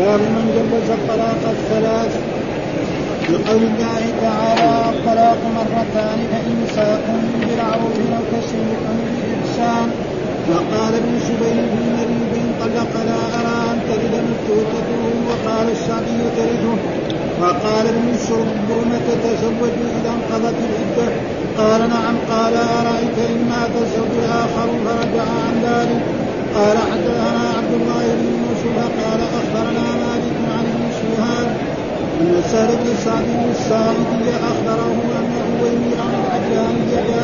باب من جوز الطلاق الثلاث. بقول الله تعالى الطلاق مرتان فإمساك بالمعروف أو تسريح بإحسان. وقال ابن شبيب بن مريد طلق لا أرى أن تلد مفتوحته. وقال الشعبي تلده. وقال ابن برمة تزوج إذا انقضت العدة. قال نعم. قال أرأيت إن مات الزوج الآخر فرجع عن ذلك. قال حدثنا عبد الله بن يوسف قال أخبرنا مالك عن ابن شهاب أن سهل بن سعد الساعدي أخبره أن عويمر العجلاني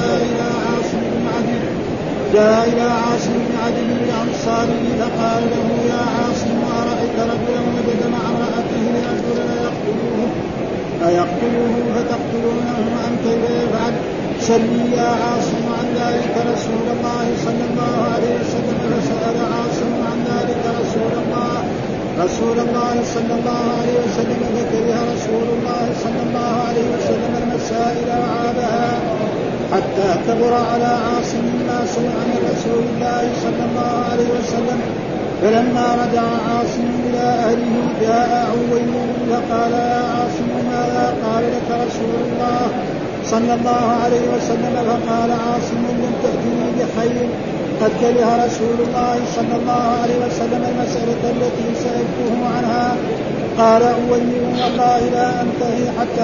جاء إلى عاصم بن عدي الأنصاري فقال له يا عاصم أرأيت رجلا وجد مع امرأته رجلا أيقتله فتقتلونه أم كيف يفعل؟ سلني يا عاصم عن ذلك رسول الله صلى الله عليه وسلم. فسأل عاصم عن ذلك رسول الله صلى الله عليه وسلم فكره رسول الله صلى الله عليه وسلم المسائل وعابها حتى كبر على عاصم ما سمع من رسول الله صلى الله عليه وسلم. فلما رجع عاصم إلى أهله جاء عويمر فقال يا عاصم ماذا قال لك رسول الله صلى الله عليه وسلم؟ فقال عاصم لم تأتني بخير قد كره رسول الله صلى الله عليه وسلم المسألة التي سألته عنها. قال عويمر والله لا أنتهي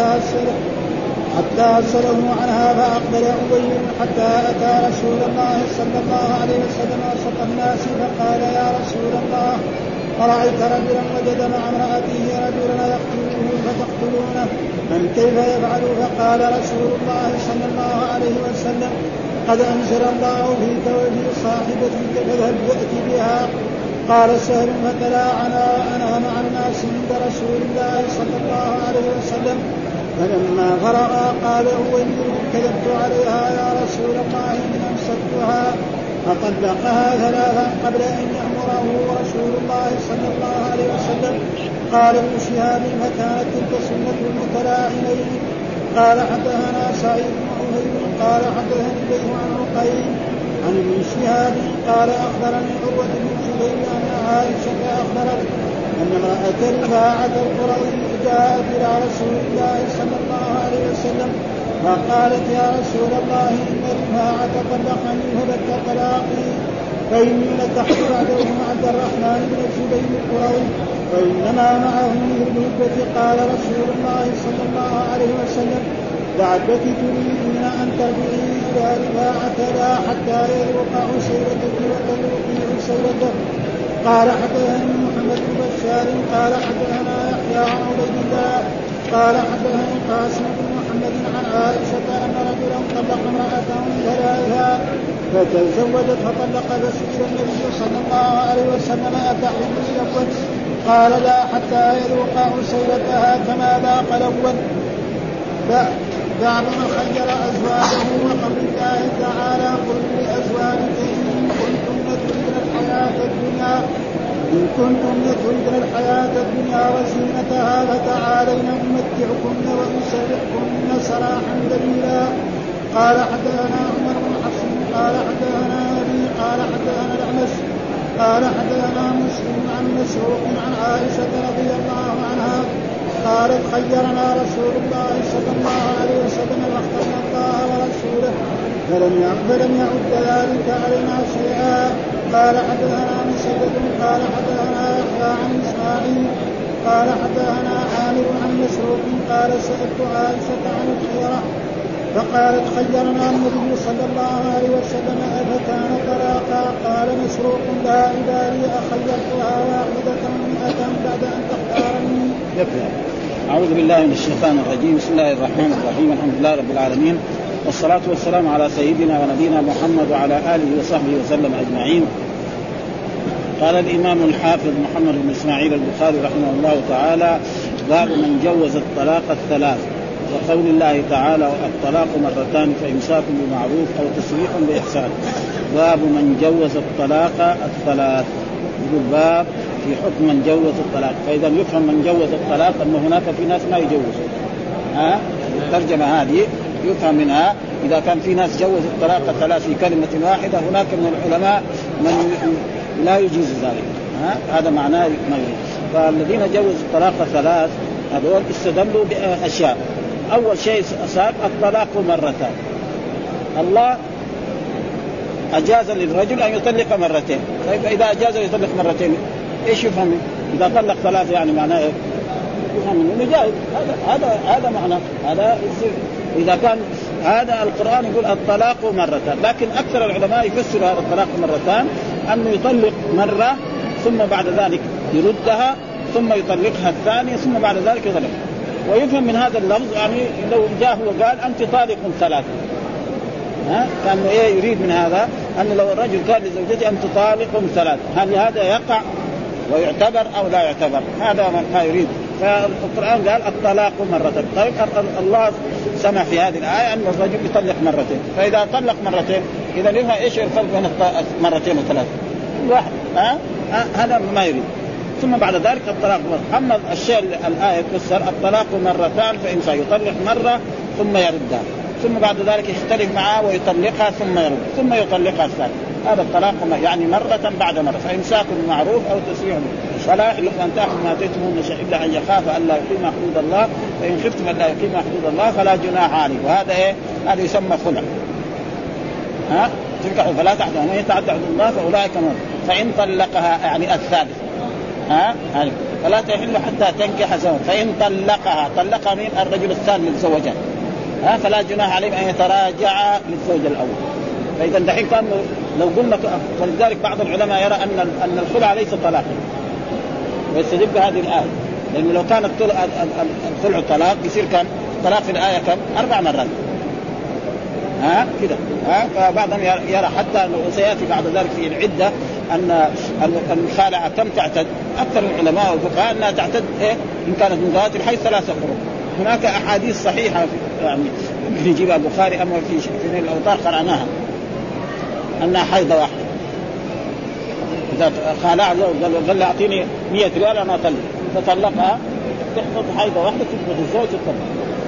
حتى أسأله عنها. فأقبل عويمر حتى أتى رسول الله صلى الله عليه وسلم وسط الناس فقال يا رسول الله أرأيت رجلا وجد مع امرأته رجلا يقتله فتقتلونه من كيف يفعل؟ فقال رسول الله صلى الله عليه وسلم قد أنزل الله فيك وفي صاحبتك فاذهب فأت بها. قال سهل فتلاعنا أنا مع الناس عند رسول الله صلى الله عليه وسلم. فلما فرغ قال عويمر كذبت عليها يا رسول الله إن أمسكتها. فطلقها ثلاثا قبل أن يأمره رسول الله صلى الله عليه وسلم. قال ابن شهاب فكانت تلك سنة المتلاعنين. قال حدثنا سعيد بن عبيد قال حدثني الليث عن عقيل عن ابن شهاب قال أخبرني عروة بن الزبير أن عائشة أخبرت أن امرأة رفاعة القرظي جاءت إلى رسول الله صلى الله عليه وسلم فقالت يا رسول الله إن رفاعة طلقني فبت طلاقي فإني لتحت بعده عبد الرحمن بن الزبير القرظي وإنما معه من الهبة. قال رسول الله صلى الله عليه وسلم لعلك تريدين أن ترجعي إلى رفاعة لا حتى يذوق عسيرتك وتذوقي عسيرته. قال حدثني محمد بن بشار قال حدثنا يحيى عن عبيد الله قال حدثني قاسم بن محمد عن عائشة أن رجلا طلق امرأته ثلاثا فتزوجت فطلق فسئل النبي صلى الله عليه وسلم أتحب الأول؟ قال لا حتى يذوق عسيرتها كما ذاق الأول. باب من خير أزواجه وقول الله تعالى قل لأزواجك إن كنتن تريدن الحياة الدنيا وزينتها فتعالين أمتعكن وأسرحكن سراحا جميلا. قال حدثنا عمر بن حفص قال حدثنا أبي قال حدثنا الأعمش قال حدثنا مسلم عن مسروق عن عائشة رضي الله عنها قالت خيرنا رسول الله صلى الله عليه وسلم واخترنا الله ورسوله فلم يعد ذلك علينا شيئا. قال حدثنا مسدد قال حدثنا يحيى عن إسماعيل قال حدثنا عامر عن مسروق قال سألت عائشة عن الخيرة فقالت خيرنا النبي صلى الله عليه وسلم أفكان طلاقا؟ قال مسروق لا عبالي أخيرتها واحدة مئة بعد أن تختارني. أعوذ بالله من الشيطان الرجيم. بسم الله الرحمن الرحيم. الحمد لله رب العالمين والصلاة والسلام على سيدنا ونبينا محمد وعلى آله وصحبه وسلم أجمعين. قال الإمام الحافظ محمد بن إسماعيل البخاري رحمه الله تعالى باب من جوز الطلاق الثلاث وقول الله تعالى الطلاق مرتان فإمساك بمعروف أو تسريح بإحسان. باب من جوز الطلاق الثلاث. يقول باب في حكم من جوز الطلاق. فإذا يفهم من جوز الطلاق أن هناك في ناس ما يجوزوا. الترجمة هذه يفهم منها إذا كان في ناس جوز الطلاق الثلاث في كلمة واحدة هناك من العلماء من لا يجوز ذلك. هذا معناه ميت. فالذين جوزوا الطلاق ثلاث هذول استدلوا بأشياء. أول شيء صار الطلاق مرتان. الله أجاز للرجل أن يطلق مرتين. طيب إذا أجاز يطلق مرتين إيش يفهم؟ إذا طلق ثلاث يعني معناه إيه؟ يفهم إنه جائز. هذا معناه هذا يصير. إذا كان هذا القرآن يقول الطلاق مرتان، لكن أكثر العلماء يفسروا هذا الطلاق مرتان أنه يطلق مرة ثم بعد ذلك يردها ثم يطلقها الثانية ثم بعد ذلك يطلق. ويفهم من هذا اللفظ يعني لو جاء وقال أنت طالق ثلاثة، كان إيه يريد من هذا أن لو الرجل قال لزوجته أنت طالق ثلاثة، هل هذا يقع ويعتبر أو لا يعتبر؟ هذا ما يريد. فالقرآن قال الطلاق مرتين. طيب الله سمع في هذه الآية أن الرجل يطلق مرتين، فإذا طلق مرتين إذا لما إيش الفرق بين مرتين وثلاثة؟ واحد هذا ما يريد. ثم بعد ذلك الطلاق مرة. أما الشيء الآية تفسر الطلاق مرتان، فإنسان يطلق مرة ثم يردها ثم بعد ذلك يختلف معها ويطلقها ثم يرد ثم يطلقها الثانية. هذا الطلاق يعني مرة بعد مرة. فإمساك بالمعروف أو تسريح فلا يحل أن تأخذ ما آتيتموهن شيئا إلا أن يخاف ألا يقيم حدود الله، فإن خفتم ألا يقيم حدود الله فلا جناح عليه. وهذا إيه؟ هذا يسمى خلع. تنكحوا فلا تعتدوا ومن يتعدى حدود الله فأولئك هم. فإن طلقها يعني الثالث فلا تحل حتى تنكح زوجها. فإن طلقها من الرجل الثاني للزوجات فلا جناح عليهم أن يتراجع للزوج الأول. فإذا دحين كان لو قلنا، ولذلك بعض العلماء يرى أن الخلع ليس طلاقا ويستدل بهذه الآية، لأنه لو كان الخلع طلاق يصير كان طلاق في الآية كم 4 مرات كده. فبعضهم يرى حتى لو سيأتي بعد ذلك في العدة أن الخالعة كم تعتد. أكثر العلماء والفقهاء أنها تعتد إن كانت من ذوات الحيض 3 قروء. هناك أحاديث صحيحة يعني يجيبها البخاري أما في الأوطار قرأناها أنها حيضة واحدة. إذا خالع قال له أعطيني 100 ريال أنا أطلق، فطلقها تحفظ حيضة واحدة تثبت الزوج تطلق.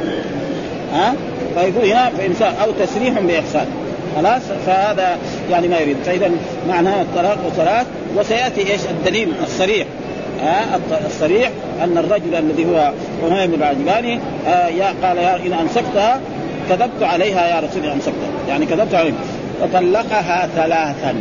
فيقول هنا فإمساك أو تسريح بإحسان خلاص. فهذا يعني ما يريد. فإذا معناه الطلاق وثلاث. وسيأتي إيش الدليل الصريح الصريح أن الرجل الذي هو أميم العجلاني قال إن أمسكتها كذبت عليها يا رسول أمسكتها يعني كذبت عليها. فطلقها 3.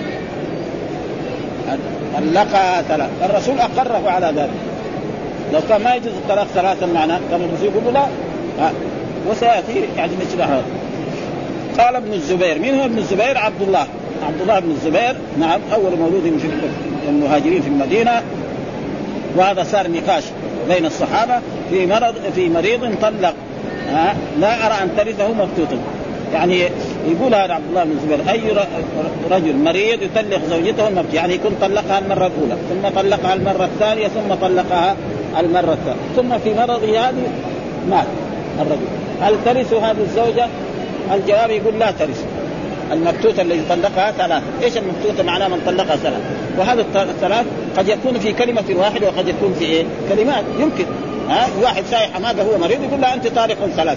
طلقها 3. الرسول أقره على ذلك. لو كان ما يجوز الطلاق 3 معناه كان الرسول يقول لا. وسيأتي يعني مثل هذا. قال ابن الزبير. من هو ابن الزبير؟ عبد الله بن الزبير. نعم أول مولود في المهاجرين في المدينة. وهذا صار نقاش بين الصحابة في مريض طلق لا أرى أن ترثه مبتوتا. يعني يقول هذا عبد الله بن الزبير أي رجل مريض يطلق زوجته المبتوت يعني يكون طلقها المرة الأولى ثم طلقها المرة الثانية ثم طلقها المرة الثالثة ثم في مرضه هذه مات الرجل، هل ترث هذه الزوجة؟ الجواب يقول لا ترث. المبتوتة الذي طلقها 3. إيش المبتوتة؟ معناه من طلقها 3. وهذا 3 قد يكون في كلمة واحدة وقد يكون في كلمات. يمكن واحد سايح حماده هو مريض يقول لا أنت طالق 3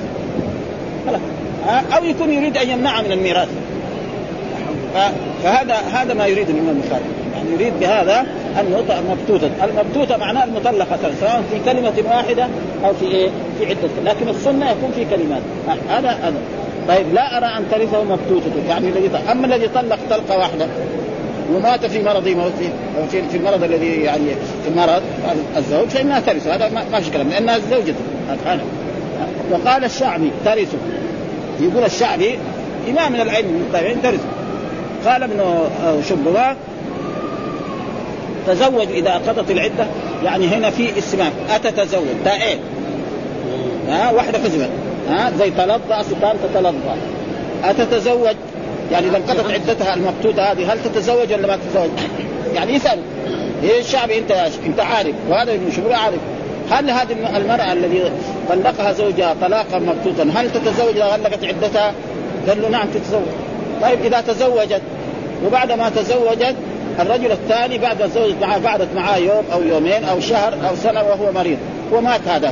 أو يكون يريد أن يمنعها من الميراث. فهذا ما يريد الإمام البخاري، يعني يريد بهذا أن مبتوتة. المبتوتة معناه المطلقة سواء في كلمة واحدة أو في عدة، لكن السنة يكون في كلمات. هذا طيب لا أرى أن ترثه مبتوتة يعني أما الذي طلق طلقة واحدة ومات في مرضه في المرض الذي يعني في المرض الزوج فإنها ترثه. هذا ما في كلام لأنها زوجته. وقال الشعبي ترثه. يقول الشعبي إمام من العلم من الطيبين ترثه. قال ابن شبوات تزوج إذا قضت العدة يعني هنا في استمام أتتزوج تائين واحدة كذبت زي تلظى سلطان تتلظى. أتتزوج يعني إذا انقضت عدتها المبتوتة هذه هل تتزوج ولا ما تتزوج؟ يعني يسأل إيه الشعب أنت عارف وهذا ابن شبوات عارف هل هذه المرأة الذي طلقها زوجها طلاقا مبتوتا هل تتزوج إذا غلقت عدتها؟ قال له نعم تتزوج. طيب إذا تزوجت وبعد ما تزوجت الرجل الثاني بعد الزوج معه قعدت معاه يوم أو يومين أو شهر أو سنة وهو مريض ومات هذا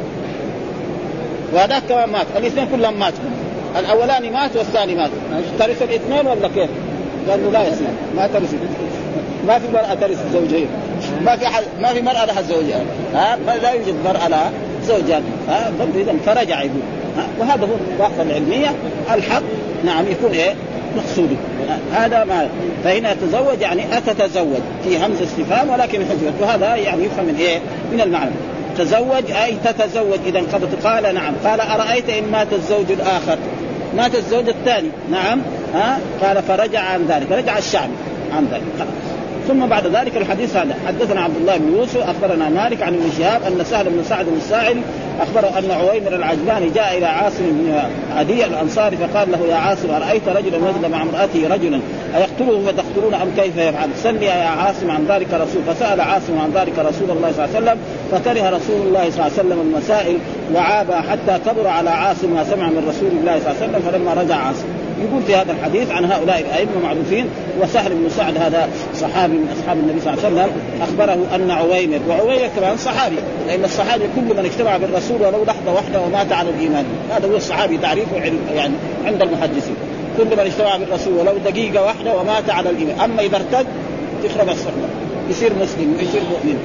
وهذا كمان مات، الاثنين كلهم ماتوا، الأولاني مات والثاني مات، ترث الاثنين ولا كيف؟ قال له لا يا سيدي ما ترث. ما في مرأة ترث الزوجين، ما في مرأة لها زوجان، لا يوجد مرأة لها زوجان. إذا فرجع يقول وهذا هو البحث العلمية الحق. نعم يكون إيه مقصوده هذا ما. فهنا تزوج يعني أتتزوج في همزة استفهام ولكن حذفت، وهذا يعني يفهم من إيه من المعنى. تزوج أي تتزوج. إذا قد قال نعم. قال أرأيت إن مات الزوج الآخر، مات الزوج الثاني. نعم قال فرجع عن ذلك، رجع الشعب عن ذلك. ثم بعد ذلك الحديث هذا حدثنا عبد الله بن يوسف أخبرنا مالك عن ابن شهاب أن سهل بن سعد الساعدي أخبره أن عويمر العجلاني جاء إلى عاصم بن عدي الأنصاري فقال له يا عاصم أرأيت رجلا وجد مع امرأته رجلا أيقتله فتقتلون أم كيف يفعل؟ سل يا عاصم عن ذلك رسول. فسأل عاصم عن ذلك رسول الله صلى الله عليه وسلم فكره رسول الله صلى الله عليه وسلم المسائل وعاب حتى كبر على عاصم ما سمع من رسول الله صلى الله عليه وسلم. فلما رجع عاصم يقول في هذا الحديث عن هؤلاء الأئمة معروفين. وسهل بن سعد هذا صحابي من أصحاب النبي صلى الله عليه وسلم أخبره أن عويمر، وعويمر كمان صحابي، لأن الصحابي كل من اجتمع بالرسول ولو لحظة واحدة ومات على الإيمان، هذا هو الصحابي تعريفه يعني عند المحدثين، كل من اجتمع بالرسول ولو دقيقة واحدة ومات على الإيمان. أما إذا ارتد تخرب الصحبة، يصير مسلم يصير مؤمن.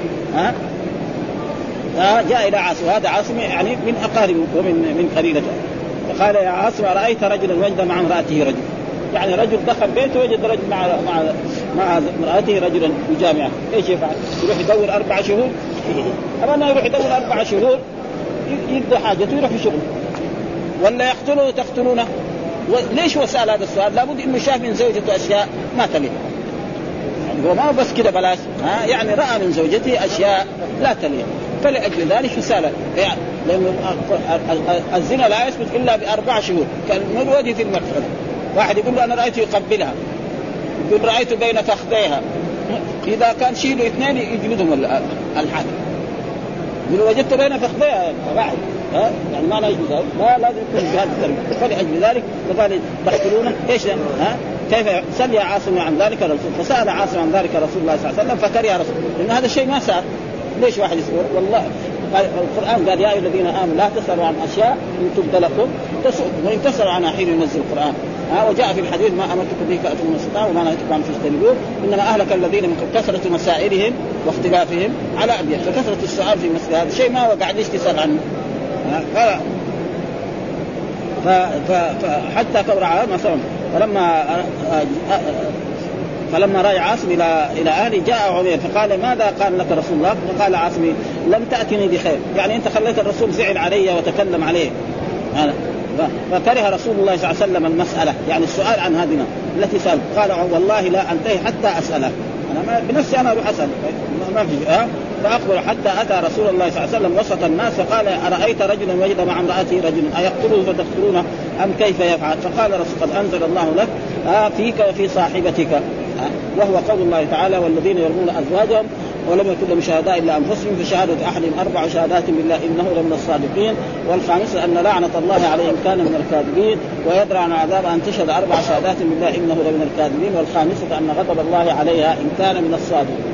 جاء إلى عاصم، هذا عاصم يعني من أقاربه ومن قبيلته. فقال يا عاصم أرأيت رجلا وجد مع امرأته رجل، يعني رجل دخل بيته وجد رجل مع امرأته رجلا يجامعه، ايش يفعل؟ يروح يدور 4 شهور؟ أما يروح يدور 4 شهور يقضي حاجته ويروح يشغل، ولا يقتله تقتلونه؟ ليش هو سأل هذا السؤال؟ لابد إنه شاف من زوجته أشياء ما تليق، يعني هو ما بس كده بلاش، يعني رأى من زوجته أشياء لا تليق، فلأجل ذلك سأل. يعني لأن الزنا لا يثبت إلا ب4 شهور، كالمروج في المقتل. واحد يقول له أنا رأيته يقبلها، يقول رأيته بين فخذيها، إذا كان شيلوا 2 يجلدهم الحاكم. يقول وجدت بين فخذيها واحد، يعني ما لا يجوز، لا لازم يكون بهذا الطريقة. فلأجل ذلك فقال تقتلونه ايش كيف سأل يا عاصم عن ذلك الرسول. فسأل عاصم عن ذلك رسول الله صلى الله عليه وسلم فكره رسول، لأن هذا الشيء ما صار. ليش واحد يسأل؟ والله القرآن قال يا أيها الذين آمنوا لا تسألوا عن أشياء إن تبد لكم تسؤكم وإن تسألوا عنها حين ينزل القرآن. وجاء في الحديث ما أمرتكم به فأتوا من استطاعوا وما نهيتكم عنه فاجتنبوه إنما أهلك الذين من كثرة مسائلهم واختلافهم على أنبياء. فكثرة السؤال في مثل هذا الشيء ما هو قاعد تسأل عنه. فحتى كبر على مثلا فلما رأى عاصم إلى أهله جاء عمير فقال ماذا قال لك رسول الله؟ فقال عاصم لم تأتني بخير، يعني أنت خليت الرسول زعل علي وتكلم عليه. فكره رسول الله صلى الله عليه وسلم المسألة، يعني السؤال عن هذه التي سأل. قال والله لا أنتهي حتى أسأله، أنا بنفسي أنا أروح أسأل ما في فأخبر حتى أتى رسول الله صلى الله عليه وسلم وسط الناس فقال أرأيت رجلا وجد مع امرأته رجلا أيقتله فتقتلونه أم كيف يفعل؟ فقال رسول قد أنزل الله لك فيك وفي صاحبتك، وهو قول الله تعالى والذين يرمون أزواجهم ولم يكن لهم شهداء إلا أنفسهم فشهادة أحدهم 4 شهادات بالله إنه لمن الصادقين، والخامسة أن لعنة الله عليه إن كان من الكاذبين، ويدرى عن عذاب أن تشهد 4 شهادات بالله إنه لمن الكاذبين، والخامسة أن غضب الله عليها إن كان من الصادقين.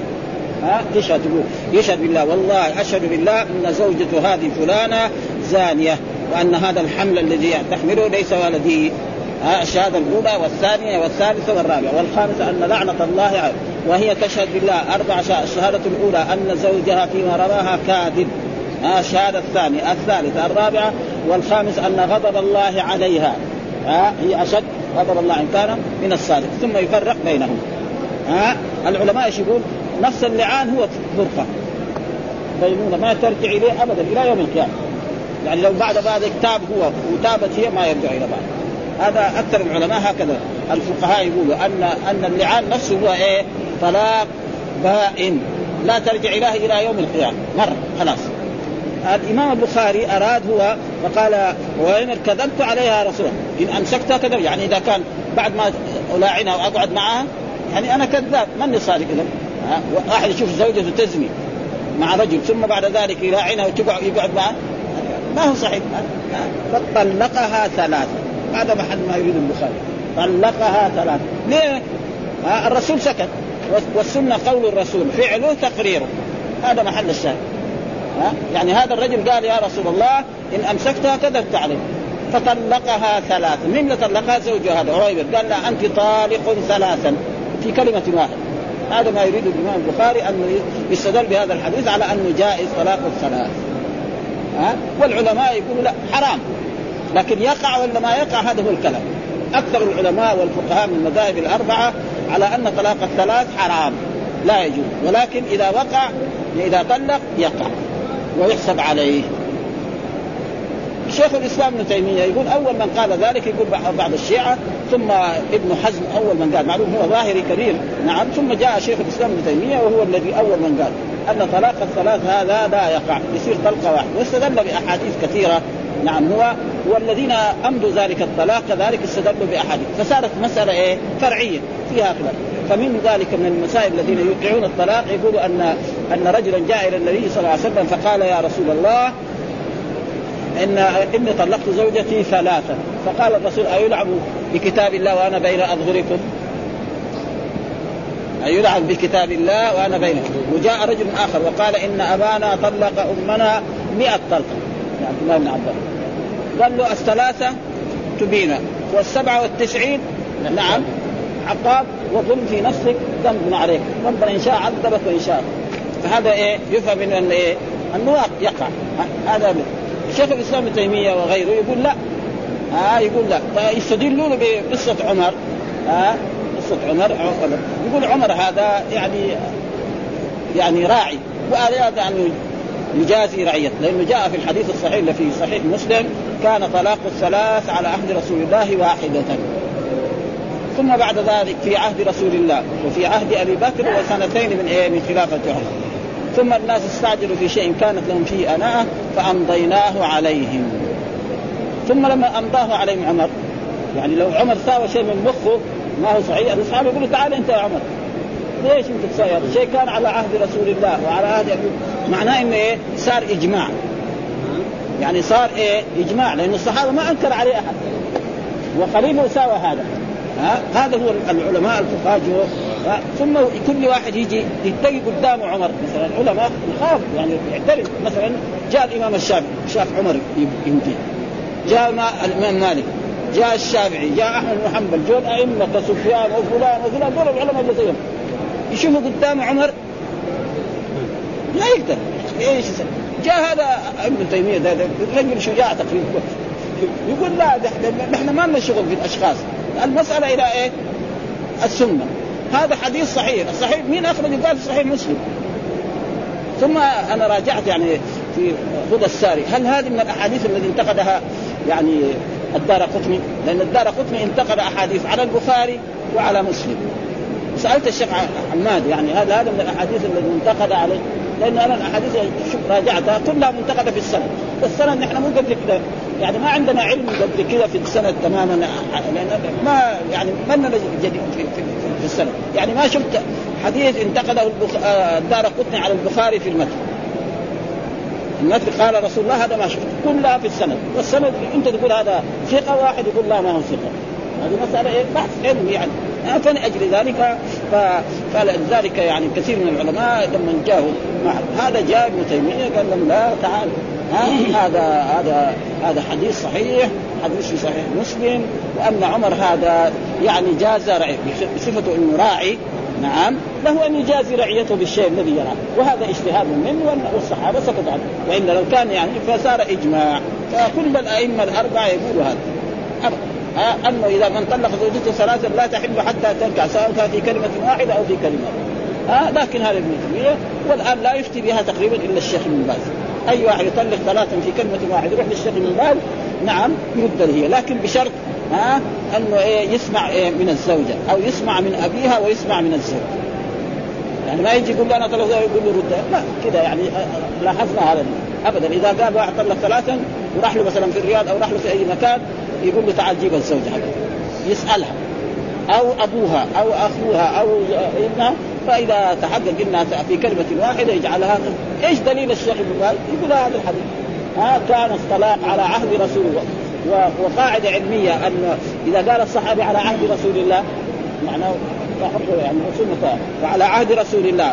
يشهد بالله والله أشهد بالله أن زوجة هذه فلانة زانية وأن هذا الحمل الذي تحمله ليس ولدي. الشهادة الأولى والثانية والثالثة والرابعة، والخامسة أن لعنة الله عليه، وهي تشهد بالله 4 الشهادة الأولى أن زوجها فيما رواها كاذب، الشهادة الثانية الثالثة الرابعة، والخامس أن غضب الله عليها هي أشد غضب الله إن كان من الصادق، ثم يفرق بينهم. العلماء يقول نفس اللعان هو فرقة بينونة ما ترجع إليه أبدا إلى يوم القيامة، يعني لو بعد ذلك تاب هو وتابت هي ما يرجع إلى بعض. هذا أكثر العلماء هكذا الفقهاء يقولوا أن اللعان نفسه هو طلاق بائن لا ترجع إلى يوم القيامة مرة خلاص. الإمام البخاري أراد هو فقال وإن كذبت عليها رسول إن أمسكتها كذب، يعني إذا كان بعد ما ألاعنها وأقعد معها يعني أنا كذاب من صادق كذب. واحد يشوف زوجته تزني مع رجل ثم بعد ذلك يلاعنها ويقعد معها ما هو صحيح. فطلقها 3، هذا محل ما يريد البخاري، طلقها 3. ليه؟ الرسول سكت، والسنة قول الرسول فعله تقريره، هذا محل الشاهد. يعني هذا الرجل قال يا رسول الله إن أمسكتها كذبت عليه، فطلقها 3. من طلقها زوجها هذا عويمر، قال لا أنت طالق 3 في كلمة واحدة. هذا ما يريد الإمام البخاري أنه يستدل بهذا الحديث على أنه جائز طلاق الثلاث. والعلماء يقولوا لا حرام، لكن يقع ولا ما يقع هذا هو الكلام. أكثر العلماء والفقهاء من المذاهب الأربعة على أن طلاق الثلاث حرام لا يجوز، ولكن إذا وقع إذا طلق يقع ويحسب عليه. شيخ الإسلام ابن تيمية يقول أول من قال ذلك يقول بعض الشيعة، ثم ابن حزم أول من قال، معلوم هو ظاهري كبير نعم، ثم جاء شيخ الإسلام ابن تيمية وهو الذي أول من قال أن طلاق الثلاث هذا لا يقع، يصير طلقة واحدة، واستدل بأحاديث كثيرة. نعم هو والذين أمضوا ذلك الطلاق كذلك استدلوا بأحاديث، فصارت مسألة فرعية فيها خلاف. فمن ذلك من المسائل الذين يوقعون الطلاق يقولوا أن رجلا جاء إلى النبي صلى الله عليه وسلم فقال يا رسول الله إني طلقت زوجتي ثلاثا، فقال الرسول أيلعب بكتاب الله وأنا بين أظهركم؟ أيلعب بكتاب الله وأنا بينكم. وجاء رجل آخر وقال إن أبانا طلق أمنا 100 طلقة، يعني الله بن عباس قال له الثلاثة تبينا وال97 نعم عقاب وظلم في نفسك ذنب عليك، ربنا إن شاء عذبك وإن شاء. فهذا يفهم من أنه يقع هذا. الشيخ الإسلام ابن تيمية وغيره يقول لا، يقول لا، فيستدلون بقصة عمر. قصة عمر يقول عمر هذا يعني راعي، وهذا يعني يجازي رعيته، لأنه جاء في الحديث الصحيح اللي في صحيح مسلم كان طلاق الثلاث على عهد رسول الله واحدة، ثم بعد ذلك في عهد رسول الله وفي عهد أبي بكر وسنتين من خلافة عمر، ثم الناس استعجلوا في شيء كانت لهم فيه أناءة فأمضيناه عليهم. ثم لما أمضاه عليهم عمر، يعني لو عمر ساوى شيء من مخه ما هو صحيح، الأصحاب يقولوا تعال أنت يا عمر ليش أنت تساوي هذا الشيء؟ كان على عهد رسول الله وعلى عهد أبي، معناه إنه صار إجماع، يعني صار إجماع، لأن الصحابة ما أنكر عليه أحد وخليفه ساوى هذا. هذا هو العلماء الفقهاء. ثم كل واحد يجي يتقي قدام عمر، مثلا العلماء يخاف يعني يعترف، مثلا جاء الإمام الشافعي شاف عمر يمتي، جاء الإمام مالك، جاء الشافعي، جاء أحمد بن حنبل، جاء أئمة كسفيان وفلان دول العلماء اللي زيهم، يشوفوا قدام عمر لا يقدر ايش. جاء هذا ابن تيمية ده رجل شجاع تقريبا يقول لا نحن ما لنا شغل في الأشخاص، المسألة إلى السنة. هذا حديث صحيح، الصحيح مين أخرج؟ قال في صحيح مسلم. ثم أنا راجعت يعني في هدى الساري، هل هذه من الأحاديث التي انتقدها يعني الدارقطني؟ لأن الدارقطني انتقد أحاديث على البخاري وعلى مسلم. سألت الشيخ عماد يعني هذا من الأحاديث التي انتقد عليه، لأن أنا الأحاديث راجعتها كلها منتقدة في السند، والسند نحن مو قد كده يعني ما عندنا علم قد كده في السند تماما، لأن ما يعني من جديد في السند، يعني ما شفت حديث انتقده الدارقطني على البخاري في المتن قال رسول الله، هذا ما شفت، كلها في السند. والسند أنت تقول هذا ثقة، واحد يقول لا ما هو ثقة، هذه مسألة بحث علمي يعني. فلأجل ذلك فلذلك يعني كثير من العلماء لما جاءوا هذا جاء ابن تيمية قال لهم لا تعال، هذا حديث صحيح، حديث في صحيح مسلم، وأن عمر هذا يعني جاز رعي بصفته إنه راعي، نعم له أن يجازي رعيته بالشيء الذي يراه، وهذا اجتهاد منه والصحابة سكتوا عنه، وإلا لو كان يعني فصار إجماع. فكل الأئمة الأربعة يقولوا هذا أنه إذا من طلق زوجته ثلاثا لا تحل حتى ترجع، سواء كان في كلمة واحدة أو في كلمة. لكن هذا ابن تيمية والآن لا يفتي بها تقريبا إلا الشيخ ابن باز. أي واحد يطلق ثلاثا في كلمة واحدة يروح للشيخ ابن باز نعم يرد هي، لكن بشرط أنه يسمع من الزوجة أو يسمع من أبيها ويسمع من الزوج، يعني ما يجي يقول له أنا طلق يقول له رد، لا كده يعني لاحظنا هذا أبدا. إذا قال واحد طلق ثلاثا وراح له مثلا في الرياض أو راح له في أي مكان يقول له تعال جيب الزوجة يسألها أو أبوها أو أخوها أو ابنها، فإذا تحقق إنها في كلمة واحدة يجعلها. إيش دليل الشيخ ابن باز؟ يقول هذا الحديث كان الطلاق على عهد رسول الله، وقاعدة علمية أن إذا قال الصحابي على عهد رسول الله معناه يعني رسول وعلى عهد رسول الله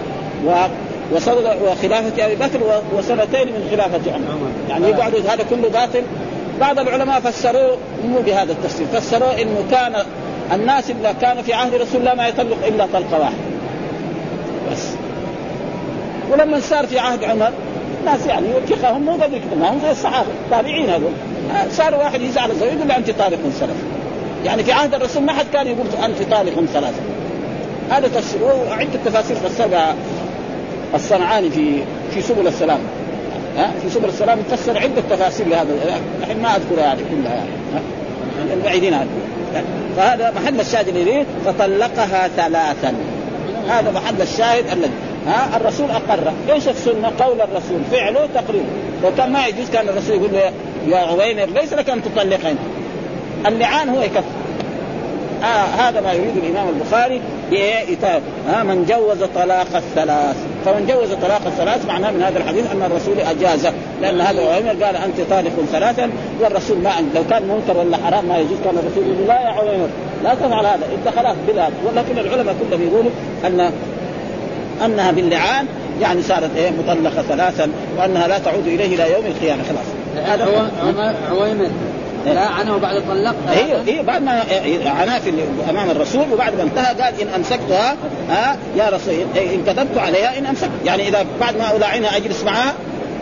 وخلافة أبي بكر وسنتين من خلافة عمر، يعني يقعدوا هذا كله باطل. بعض العلماء فسروه مو بهذا التفسير، فسروه إنه كان الناس اللي كانوا في عهد رسول الله ما يطلق إلا طلقة واحدة، بس. ولما صار في عهد عمر ناس يعني فقههم مو قدر كده، ما هم زي الصحابة تابعين هذول، صار واحد يزعل زوجته يقول له أنت طالق ثلاثة. يعني في عهد الرسول ما حد كان يقول أنت طالق ثلاثة. هذا تفسيره عدة تفاسير فسرها الصنعاني في سبل السلام. في سبل السلام يفسر عدة تفاسير لهذا، الحين ما أذكرها يعني كلها يعني البعيدين هذا. فهذا محل الشاهد الذي فطلقها ثلاثا، هذا محل الشاهد الذي الرسول أقر. إيش السنة؟ قول الرسول، فعله تقريره. لو كان ما يجوز كان الرسول يقول له يا عوينر ليس لك أن تطلقين، اللعان هو يكفر. هذا ما يريد الإمام البخاري بإيتاب من جوز طلاق الثلاث. فمن جوز طلاق الثلاث معناه من هذا الحديث أن الرسول أجازه، لأن هذا عويمر قال أنت طالق ثلاثا، والرسول ما لو كان منكر ولا حرام ما يجوز كان الرسول يقول لا يا عويمر لا تفعل هذا أنت خلاص بلا. ولكن العلماء كلهم يقولوا أنها باللعان يعني صارت مطلقة ثلاثا، وأنها لا تعود إليه إلى يوم القيامة خلاص. هذا عويمر لا عنه بعد طلقها. هي بعد ما عناه في امام الرسول، وبعد ما انتهى قال ان امسكتها يا رسول ان كتبت عليها ان امسكت، يعني اذا بعد ما الاعنها اجلس معها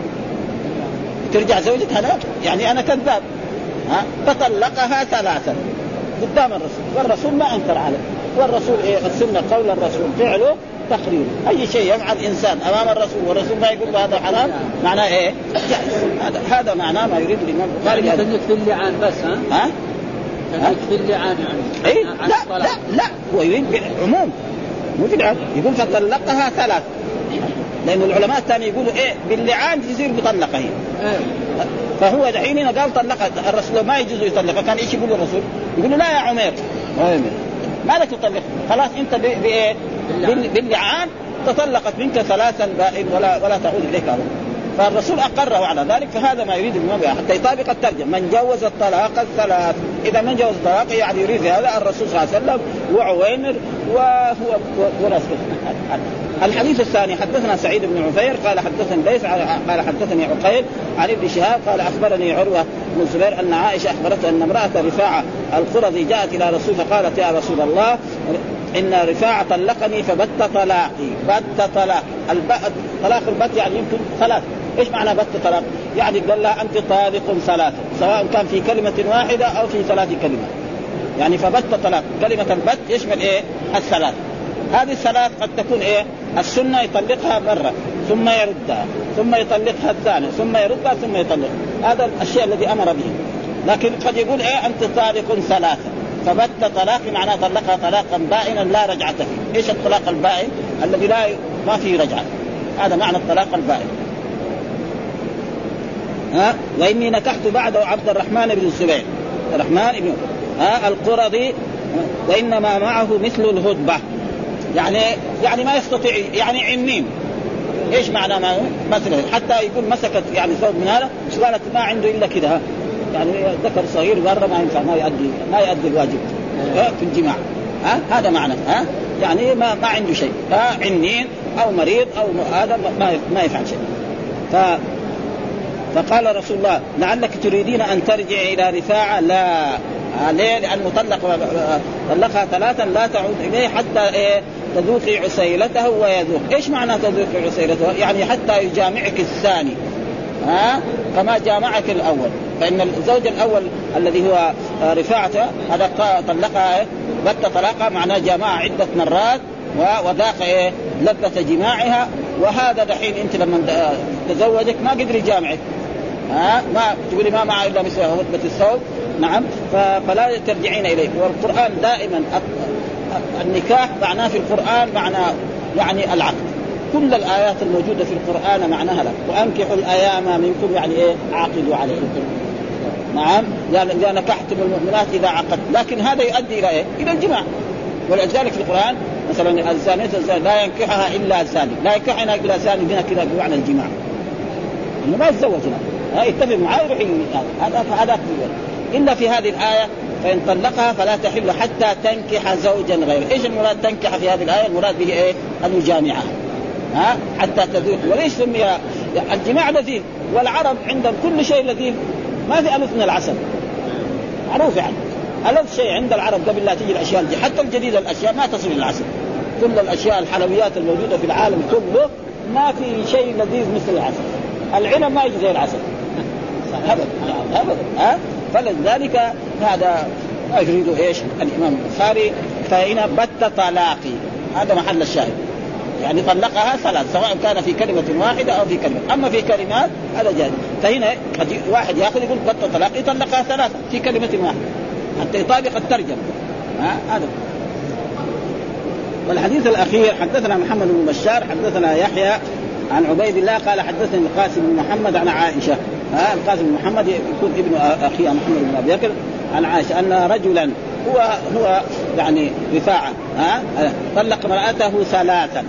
ترجع زوجتها لا، يعني انا كذاب. فطلقها ثلاثا قدام الرسول، والرسول ما انكر عليه. والرسول السنه قول الرسول فعله تقرير. اي شيء يفعل انسان امام الرسول والرسول ما يقول هذا حرام معناه ايه؟ هذا معناه ما يريد الامام البخاري. يعني في اللعان بس في اللعان يعني لا هو يريد بالعموم مو في العموم. يقول فطلقها ثلاث، لأن العلماء الثاني يقولوا باللعان يصير مطلقه. فهو دحين هنا قال طلقها الرسول ما يجوز يطلقها، كان ايش يقول الرسول؟ يقول له لا يا عمير ما لك تطلق، خلاص انت باللعان تطلقت منك ثلاثا بائن ولا تعود اليك أبدا. فالرسول أقره على ذلك. فهذا ما يريد الإمام حتى يطابق الترجمة من جوز الطلاق الثلاث. إذا من جوز الطلاق يعني يريد هذا الرسول صلى الله عليه وسلم وعويمر وهو ورسول. الحديث الثاني حدثنا سعيد بن عفير قال حدثني ليث قال حدثني عقيل عن ابن شهاب قال أخبرني عروة بن الزبير أن عائشة أخبرته أن امرأة رفاعة القرظي جاءت إلى رسول فقالت يا رسول الله إن رفاعة طلقني فبت طلاقي. بت طلاق طلاق البت يعني يمكن ثلاث. إيش معنى بت طلاق؟ يعني قال لها أنت طالق ثلاثة، سواء كان في كلمة واحدة أو في ثلاث كلمات. يعني فبت طلاق كلمة البت يشمل الثلاث. هذه الثلاث قد تكون السنة يطلقها مرة ثم يردها ثم يطلقها الثانية ثم يردها ثم يطلق. هذا الشيء الذي أمر به. لكن قد يقول أنت طالق ثلاثة فبت طلاق معناه طلقها طلاقا بائنا لا رجعة فيه. إيش الطلاق البائن؟ الذي ما فيه رجعة، هذا معنى الطلاق البائن. وإني نكحت بعده عبد الرحمن بن الزبير الرحمن بن القرظي وإنما معه مثل الهدبة، يعني ما يستطيع يعني عنين. إيش معنى مثلا؟ حتى يقول مسكت يعني ثوب من هذا قالت ما عنده إلا كده، يعني ذكر صغير مرة ما ينفع ما يؤدي الواجب في الجماع. هذا معنى يعني ما عنده شيء، عنين أو مريض أو هذا ما يفعل شيء. فقال رسول الله لعلك تريدين أن ترجع إلى رفاعة. لا، ليه؟ لأنه طلقها ثلاثا لا تعود إليه حتى تذوقي عسيلته ويذوق. إيش معنى تذوقي عسيلته؟ يعني حتى يجامعك الثاني كما جامعك الأول. فإن الزوج الأول الذي هو رفاعة هذا طلقها بت طلاقها معناه جامعها عدة مرات وذاق لذة جماعها. وهذا دحين أنت لما تزوجك ما قدر يجامعك، ما تقولي ما معه إلا مثل هدبة الثوب. نعم، فلا ترجعين إليه. والقرآن دائما النكاح معناه في القرآن معناه يعني العقد. كل الآيات الموجودة في القرآن معناها لك. وأنكحوا الأيام منكم يعني عاقدوا عليهم. نعم، إذا نكحتم المؤمنات إذا عقد. لكن هذا يؤدي إلى إلى الجماع. ولذلك في القرآن مثلا الزانية لا ينكحها إلا زاني، لا ينكحها إلا زاني هنا كذا بمعنى الجماع، إنه ما يتزوجنا يتفق معاه يروح هذا إلا في هذه الآية فإن طلقها فلا تحل حتى تنكح زوجا غيره. إيش المراد تنكح في هذه الآية؟ المراد به أن يجامعها حتى تذوق. وليش سمي الجماع لذيذ؟ والعرب عندهم كل شيء لذيذ، ما في ألف من العسل معروف. يعني ألذ شيء عند العرب قبل لا تجي الأشياء حتى الجديدة الأشياء ما تصل إلى العسل. كل الاشياء الحلويات الموجوده في العالم كله ما في شيء لذيذ مثل العسل. العنب ما يجي زي العسل ابدا ابدا. فلذلك هذا يريد ايش الامام البخاري فهنا بت طلاقي، هذا محل الشاهد، يعني طلقها ثلاث سواء كان في كلمه واحده او في كلمه، اما في كلمات هذا جائز. فهنا واحد ياخذ يقول بت طلاقي طلقها ثلاثه في كلمه واحده حتى يطابق الترجمه. هذا. والحديث الأخير حدثنا محمد بن بشار حدثنا يحيى عن عبيد الله قال حدثني القاسم بن محمد عن عائشة. القاسم بن محمد يكون ابن أخيه محمد بن أبي بكر عن عائشة أن رجلا هو يعني رفاعة طلق امرأته ثلاثا.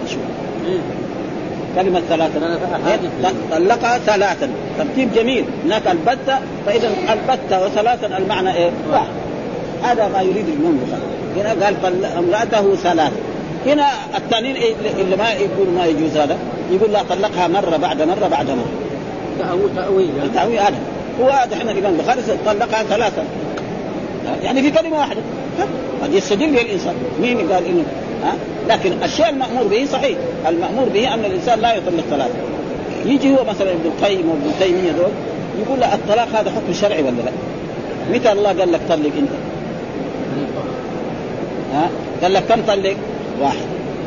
كلمة ثلاثا طلقها ثلاثا ترتيب جميل. هناك البتة، فإذا البتة وثلاثا المعنى إيه؟ واحد. هذا ما يريد الإمام البخاري. هنا قال امرأته ثلاث. هنا الثانيين اللي ما يقول ما يجوز هذا يقول لا طلقها مرة بعد مرة بعد مرة. تأويل هذا هو هذا. احنا الإمام البخاري طلقها ثلاثة يعني في كلمة واحدة. قد يستدل به الإنسان. مين قال إنه لكن الشيء المأمور به صحيح. المأمور به أن الإنسان لا يطلق ثلاثة. يجي هو مثلا ابن القيم وابن تيمية دول يقول لا الطلاق هذا حكم شرعي ولا لا؟ متى الله قال لك طلق أنت؟ قال لك كم طلق؟ واحد.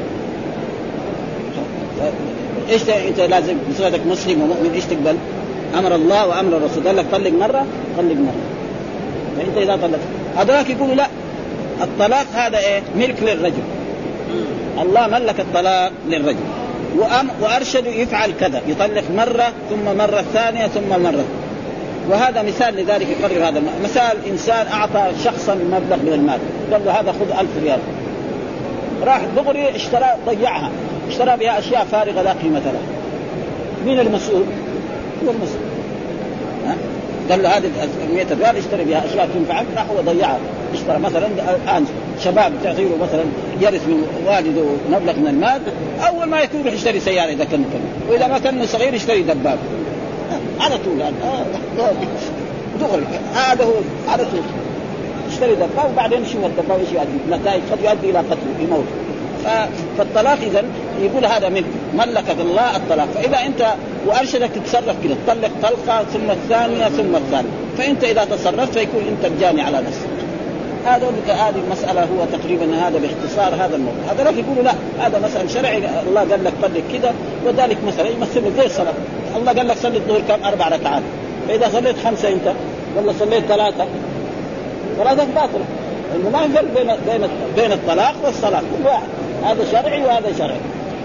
ايش انت لازم بصفتك مسلم ومؤمن ايش تقبل؟ امر الله وامر الرسول. قال لك طلق مره طلق مره. فانت اذا طلقت هذاك يقولوا لا الطلاق هذا ايه؟ ملك للرجل. الله ملك الطلاق للرجل وارشد يفعل كذا، يطلق مره ثم مره ثانيه ثم مره. وهذا مثال لذلك يقرر هذا. مثال إنسان أعطى شخصا مبلغ من المال قال له هذا خذ 1000 ريال، راح دغري اشترى ضيعها، اشترى بها أشياء فارغة لا قيمة لها. مين المسؤول؟ هو المسؤول. قال له هذه 100 ريال اشتري بها أشياء تنفعك، راح وضيعها. اشترى مثلا الآن شباب تعطيه مثلا يرث من والده مبلغ من المال، أول ما يكون يروح يشتري سيارة إذا كان كبير، وإذا ما كان صغير يشتري دباب على طول. دغري هذا هو على طول اشتري دباب وبعدين شو الدباب ايش يؤدي؟ نتائج قد يؤدي الى قتل يموت. فالطلاق اذا يقول هذا من ملكك الله الطلاق. فاذا انت وارشدك تتصرف كده تطلق طلقه ثم الثانيه ثم الثالثه، فانت اذا تصرفت فيكون انت الجاني على نفسك. هذه المساله هو تقريبا هذا باختصار هذا الموضوع. هذا راح يقولوا لا هذا مسألة شرعي، الله قال لك طلق كده. وذلك مثلا يمثل زي الصلاه، الله قال لك صلي الظهر كم 4 ركعات، فإذا صليت 5 أنت ولا صليت 3 صلاتك باطلة. إنه ما يفرق بين الطلاق والصلاة، كل واحد هذا شرعي وهذا شرعي.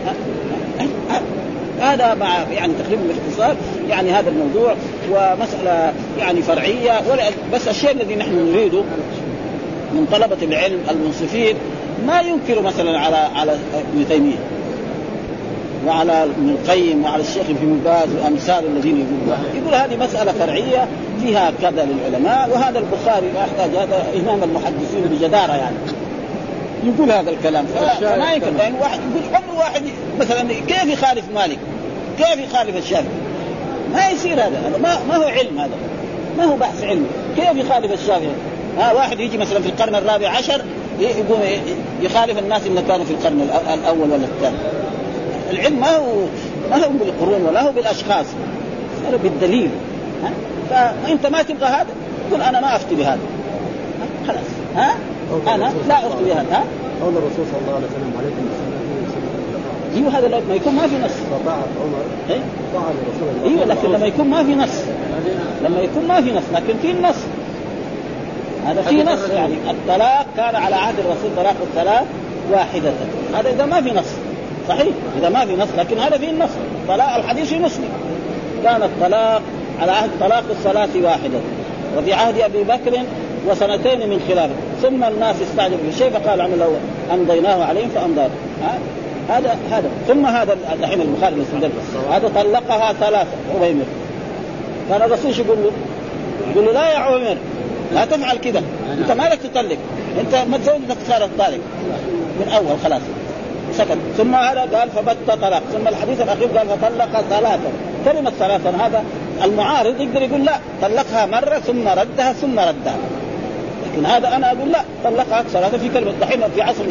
هذا مع يعني تقريبا باختصار يعني هذا الموضوع. ومسألة يعني فرعية، بس الشيء الذي نحن نريده من طلبة العلم المنصفين ما ينكروا مثلا على ابن تيمية وعلى ابن القيم وعلى الشيخ ابن باز وأمثال الذين يقول هذه مسألة فرعية فيها كذا للعلماء. وهذا البخاري لا يحتاج، هذا إمام المحدثين بجدارة يعني يقول هذا الكلام. فما يمكن يعني واحد يقول عمر واحد مثلا كيف يخالف مالك، كيف يخالف الشافعي؟ ما يصير هذا ما هو علم، هذا ما هو بحث علمي. كيف يخالف الشافعي؟ واحد يجي مثلا في القرن 14 يقوم يخالف الناس اللي كانوا في القرن الأول ولا الثاني. العلم ما هو بالقرون ولا هو بالأشخاص، هذا بالدليل. فأنت ما تبغى هذا تقول أنا ما أفتي بهذا، خلاص أنا لا أفتي بهذا. قول الرسول صلى الله عليه وسلم عليكم ايوه هذا لما يكون ما في نص طاعة عمر طاعة الرسول. ايوه لكن لما يكون ما في نص لكن في نص، هذا في نص. يعني الطلاق كان على عهد الرسول طلاق الثلاث واحدة، هذا إذا ما في نص صحيح، إذا ما في نص، لكن هذا في النص. طلاق الحديث في مسلم كان الطلاق على عهد طلاق الصلاة واحدة، وفي عهد أبي بكر وسنتين من خلافه، ثم الناس استعجلوا بالشيء فقال عمله أمضيناه عليهم فأمضاه. هذا ثم هذا الحين البخاري هذا طلقها 3 عويمر. كان الرسول يقول له لا يا عويمر لا تفعل كده، انت مالك تطلق، انت ما تزوجتك صار الطالق من اول خلاص سكت. ثم هذا قال فبت طلاق، ثم الحديث الاخير قال فطلق 3. كلمه 3 هذا المعارض يقدر يقول لا طلقها مره ثم ردها ثم ردها، لكن هذا انا اقول لا طلقها 3 في كلمه. الحين في عصرنا هذا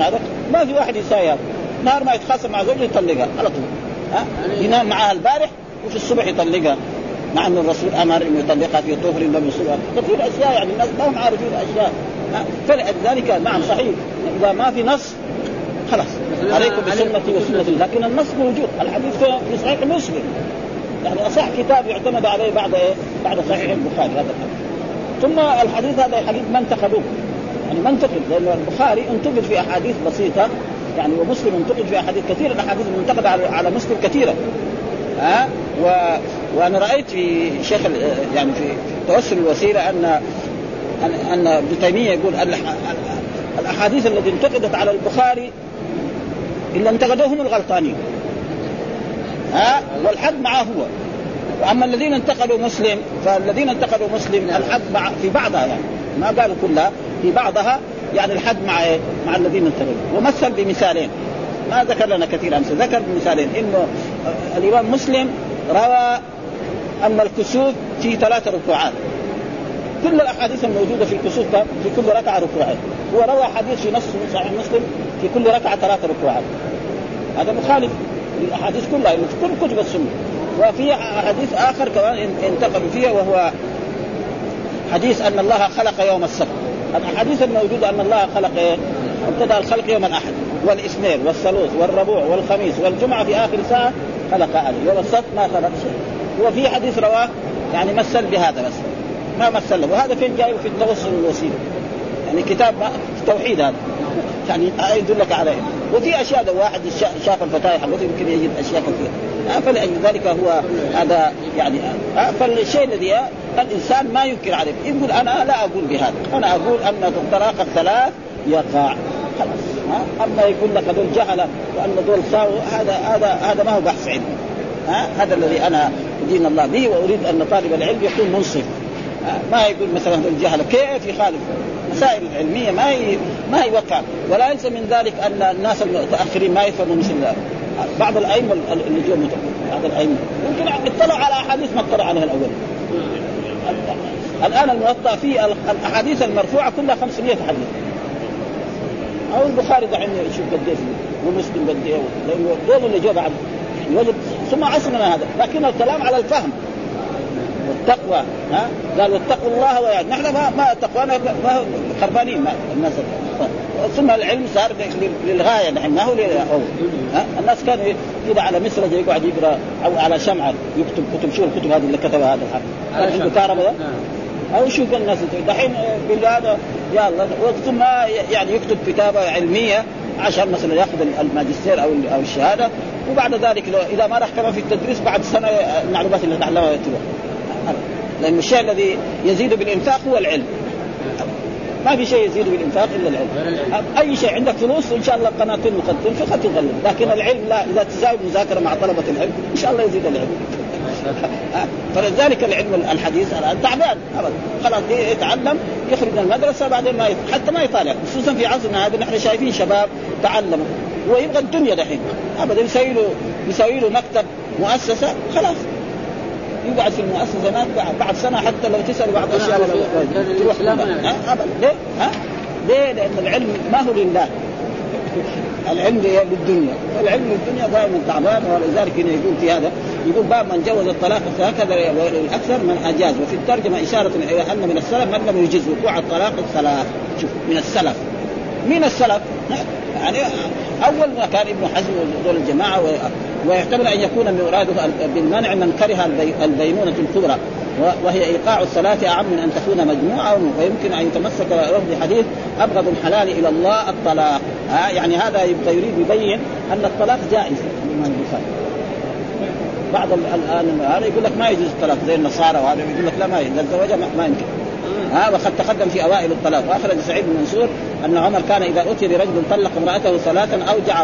ما في واحد يساوي. نهار ما يتخاصم مع زوجته يطلقها على طول، ينام معها البارح وفي الصبح يطلقها، مع أن الرسول أمر إنه يطلقها في طهر لم يصبها. كثير أشياء يعني الناس ما هم عارفين أشياء. فلذلك نعم صحيح إذا ما في نص خلاص عليكم بسنتي وسنة، لكن النص موجود. الحديث في صحيح مسلم، يعني أصح كتاب يعتمد عليه بعد صحيح البخاري هذا الحديث. ثم الحديث هذا حديث ما انتقدوه، يعني ما انتقد، لأن البخاري انتقد في أحاديث بسيطة يعني، ومسلم انتقد في أحاديث كثيرة، الأحاديث منتقدة على مسلم كثيرة. وأنا رأيت في شيخ يعني في توسل الوسيلة أن ابن تيمية يقول الأحاديث التي انتقدت على البخاري إلا انتقدوهم الغلطانين، والحد معه هو. وأما الذين انتقدوا مسلم فالذين انتقدوا مسلم الحد في بعضها، يعني ما قالوا كلها، في بعضها يعني الحد مع الذين انتقدوا. ومثل بمثالين، ما ذكر لنا كثير أمثلة، ذكر بمثالين إنه الإمام مسلم روى أن الكسوف في 3 ركوعات، كل الأحاديث الموجودة في الكسوف في كل ركعة ركوعات، هو روى حديث في نص صحيح مسلم في كل ركعة 3 ركوعات. هذا مخالف للأحاديث كلها في كل كتب السنة. وفي حديث آخر كمان انتقلوا فيه، وهو حديث أن الله خلق يوم السبت. الحديث الموجود أن الله خلق ابتدأ الخلق يوم الأحد والاثنين والثلاث والربوع والخميس والجمعة، في آخر ساعة خلق آدم، يوم السبت ما خلق شيء. وفي حديث رواه يعني مثل بهذا بس ما مثل له. وهذا فين جاي؟ في التوسل الوسيلة، يعني كتاب التوحيد هذا يعني يدلك عليه. وفي أشياء ده واحد شاف الفتايح حقته يمكن يجد أشياء كثيرة. فلذلك هو هذا يعني فالشيء الذي الإنسان ما ينكر عليه، يقول أنا لا أقول بهذا، أنا أقول أن الطلاق 3 يقع خلاص. أما يقول لك هذول جهلة وأن دول ساووا، هذا ما هو بحث علمي. هذا الذي أنا أدين الله به، وأريد أن طالب العلم يكون منصف، ما يقول مثلا هذول جهلة كيف يخالف مسائل العلمية، ما يوقع. ولا يلزم من ذلك أن الناس المتأخرين ما يفهموا مثل بعض الأئمة اللي جوا بعض الأئمة ممكن اطلع على أحاديث ما اطلع عليها الأول. الآن الموطأ فيه الأحاديث المرفوعة كلها 500 حديث، أو البخاري دحين يشوف قديه ومسلم قديه، لأنه دول اللي جوا بعد يوجد. ثم عصرنا هذا، لكن الكلام على الفهم والتقوى. قالوا اتقوا الله ويعني نحن ما تقوانا ما خربانين ما الناس. ثم العلم صار للغاية، نحن ما هو الناس كانوا كده على مسرج يقعد يقرأ أو على شمعة يكتب كتب. شو الكتب هذه اللي كتبها هذا الحق عنده كهرباء أو شو كان الناس دحين بالهذا يلا. ثم يعني يكتب كتابة علمية عشان مثلا يأخذ الماجستير أو الشهادة، وبعد ذلك إذا ما راح كمان في التدريس بعد سنة المعلومات اللي تعلمها يكتبها. لأن الشيء الذي يزيد بالإنفاق هو العلم، ما في شيء يزيد بالإنفاق إلا العلم. أي شيء عندك فلوس إن شاء الله قناتين مقدم فقط تغلب، لكن العلم لا. إذا تزايد مذاكرة مع طلبة العلم إن شاء الله يزيد العلم. فلذلك العلم الحديث الآن تعبان أبدا، خلاص يتعلم يخرج من المدرسة بعدين ما حتى ما يطالع، خصوصا في عصرنا هذا نحن شايفين شباب تعلموا ويبغى الدنيا دحين أبدا. يسوي له مكتب مؤسسة خلاص يقعد في المؤسسة بعد سنة، حتى لو تسأل بعض الأشياء تروح أبدا. ليه؟ لأن العلم ما هو لله، العلم للدنيا، والعلم للدنيا دائما تعبان. ولذلك هنا يقول في هذا، يقول باب من جوز الطلاق هكذا الأكثر من أجاز. وفي الترجمة إشارة إلى أن من السلف من لم يجز وقوع الطلاق 3. شوف من السلف، من السلف يعني أول ما كان ابن حزم ودول الجماعة. ويحتمل أن يكون مراده بالمنع من كره البينونة الكبرى، وهي إيقاع الصلاة أعم من أن تكون مجموعة. ويمكن أن يتمسك له بحديث أبغض الحلال إلى الله الطلاق. يعني هذا يبغى يريد يبين أن الطلاق جائز. بعض الآن هذا يقول لك ما يجوز الطلاق زي النصارى، وهذا يقول لك لا ما يجوز الزواج ما يمكن. وقد تقدم في أوائل الطلاق. وأخرج سعيد بن منصور أن عمر كان إذا أتي برجل طلق امرأته 3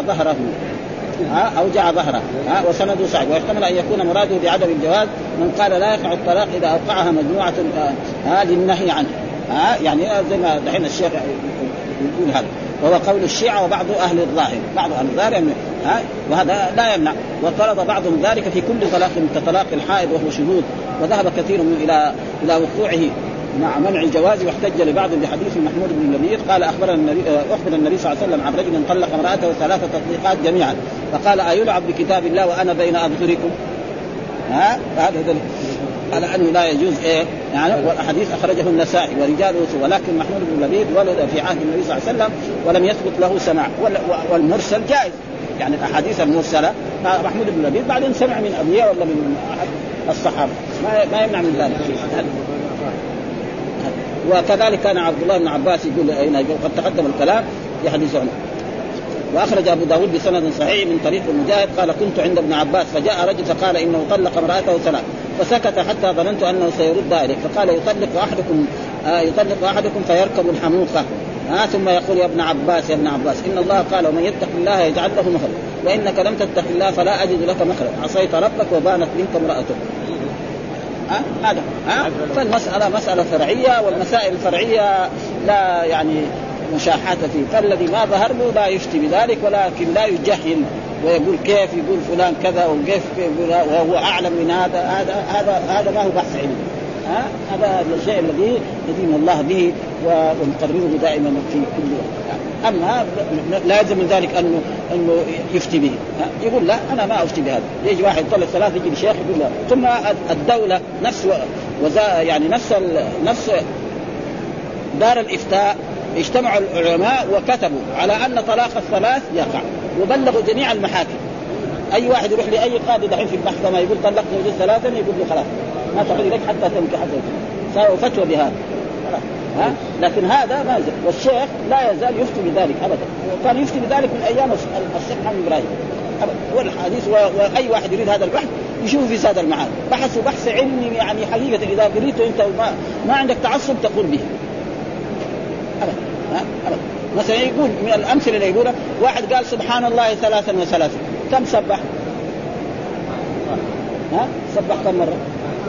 أوجع ظهره وسند سعيد. ويحتمل أن يكون مراده بعدم الجواز من قال لا يقع الطلاق إذا أوقعها مجموعة للنهي عنه. يعني زي ما دحين الشيخ يقول هذا، وهو قول الشيعة وبعض أهل الظاهر، بعض أهل الظاهر وهذا لا يمنع. وطرد بعضهم ذلك في كل طلاق كطلاق الحائض وهو شهود. وذهب كثير إلى وقوعه مع منع الجواز، واحتج لبعض بحديث محمود بن لبيد قال أخبر النبي صلى الله عليه وسلم عن رجل طلق امرأته 3 تطليقات جميعا، فقال أيلعب بكتاب الله وأنا بين أظهركم؟ هذا على أنه لا يجوز يعني. والحديث أخرجه النسائي ورجاله، ولكن محمود بن لبيد ولد في عهد النبي صلى الله عليه وسلم ولم يثبت له سماع، والمرسل جائز يعني الأحاديث المرسلة. محمود بن لبيد بعدين سمع من أبياء ولا من أحد الصحابة، ما يمنع من ذلك. وكذلك كان عبد الله بن عباس يقول قد تقدم الكلام في حديث عنه. وأخرج أبو داود بسند صحيح من طريق المجاهد قال كنت عند ابن عباس فجاء رجل فقال إنه طلق امرأته 3، فسكت حتى ظننت أنه سيرد ذلك، فقال يطلق أحدكم فيركب الحموقة ثم يقول يا ابن عباس إن الله قال ومن يتق الله يجعل له مخرج، وإنك لم تتق الله فلا أجد لك مخرج، عصيت ربك وبانت منك امرأتك. هذا فالمسألة مسألة فرعية، والمسائل الفرعية لا يعني مشاحة فيه، فالذي ما ظهر له لا يفتي بذلك، ولكن لا يجهل ويقول كيف يقول فلان كذا وكيف يقول وهو أعلم من هذا ما هو بحث علمي. هذا الشيء الذي ندين الله به ونقرره دائما في كل وقت. أما لازم من ذلك أنه يفتي به، يقول لا أنا ما أفتي بهذا. يجي واحد يطلق 3 يجي الشيخ يقول لا. ثم الدولة يعني نفس دار الإفتاء اجتمعوا العلماء وكتبوا على أن طلاق ال3 يقع، وبلغوا جميع المحاكم. أي واحد يروح لأي قاضي دحين في المحكمة يقول طلقت زوجي 3 يقول له خلاص ما تحل لك حتى تنكح زوجك، صاروا فتوى بهذا. لكن هذا ما زال، والشيخ لا يزال يفتي بذلك أبدا، وكان يفتي بذلك من أيام الشيخ محمد إبراهيم والحديث. وأي واحد يريد هذا البحث يشوف في زاد المعاد، بحثوا بحث علمي يعني حقيقة. إذا قريته أنت ما عندك تعصب تقول به أبدا. مثلا يقول من الأمثلة اللي يقولها واحد قال سبحان الله 33، كم سبح؟ سبح كم مرة؟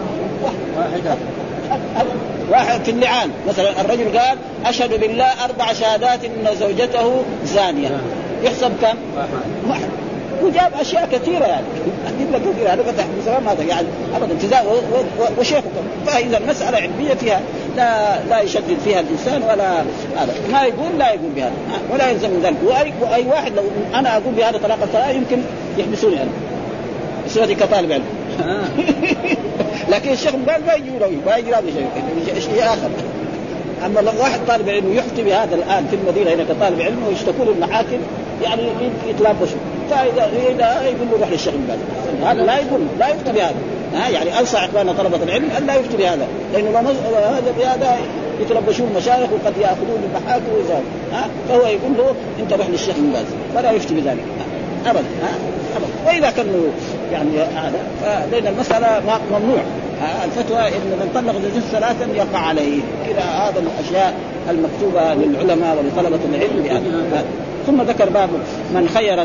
واحد في اللعان مثلا الرجل قال أشهد بالله 4 شهادات إن زوجته زانية، يحسب كم؟ 1. وجاب أشياء كثيرة يعني أدلة كثيرة، هذا فتح بسلام هذا يعني أبدا انتزاع وشيخ. فإذا المسألة علمية فيها لا يشدد فيها الإنسان ولا هذا، ما يقول لا يقول بهذا ولا يلزم من ذلك. وأي واحد لو أنا أقول بهذا طلاق الثلاث يمكن يحبسوني أنا بصفتي كطالب علم. لكن الشيخ قال ما يجي له شيء آخر. أما لو واحد طالب علم يحكي بهذا الآن في المدينة هنا كطالب علم ويشتكوا له المحاكم يعني يتلبسوا، فإذا يقول له روح للشيخ باز، هذا لا يفتي بهذا. يعني أنصح إخواننا طلبة العلم أن لا يفتي بهذا، لأنه هذا بهذا يتلبسون المشايخ وقد يأخذون المحاكم ويزال. فهو يقول له أنت روح للشيخ باز، فلا يفتي بذلك أبدا. وإذا كانوا يعني هذا فلأن المسألة ممنوع الفتوى إن من طلق زوجته 3 يقع عليه كذا. هذا من الأشياء المكتوبة للعلماء ولطلبة العلم بهذا. ثم ذكر باب من خير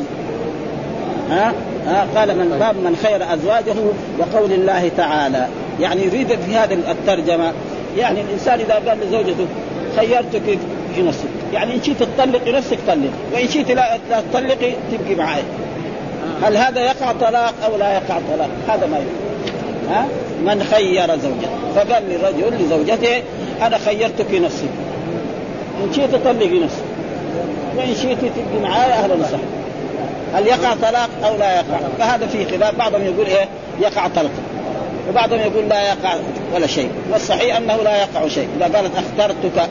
قال من باب من خير أزواجه وقول الله تعالى، يعني يريد في هذه الترجمة يعني الإنسان إذا قال لزوجته خيرتك في نفسك، يعني إن شئت تطلقي نفسك طلق، وإن شئت لا تطلقي تبقي معي. هل هذا يقع طلاق أو لا يقع طلاق؟ هذا ما يقع. من خير زوجته، فقال للرجل لزوجته أنا خيرتك نفسي، إن شئت تطلقي نفسك وإن شئت تبقي معي أهلا وسهلا. هل يقع طلاق أو لا يقع؟ فهذا فيه خلاف، بعضهم يقول يقع طلاق، وبعضهم يقول لا يقع ولا شيء، والصحيح أنه لا يقع شيء إذا قالت اخترتك،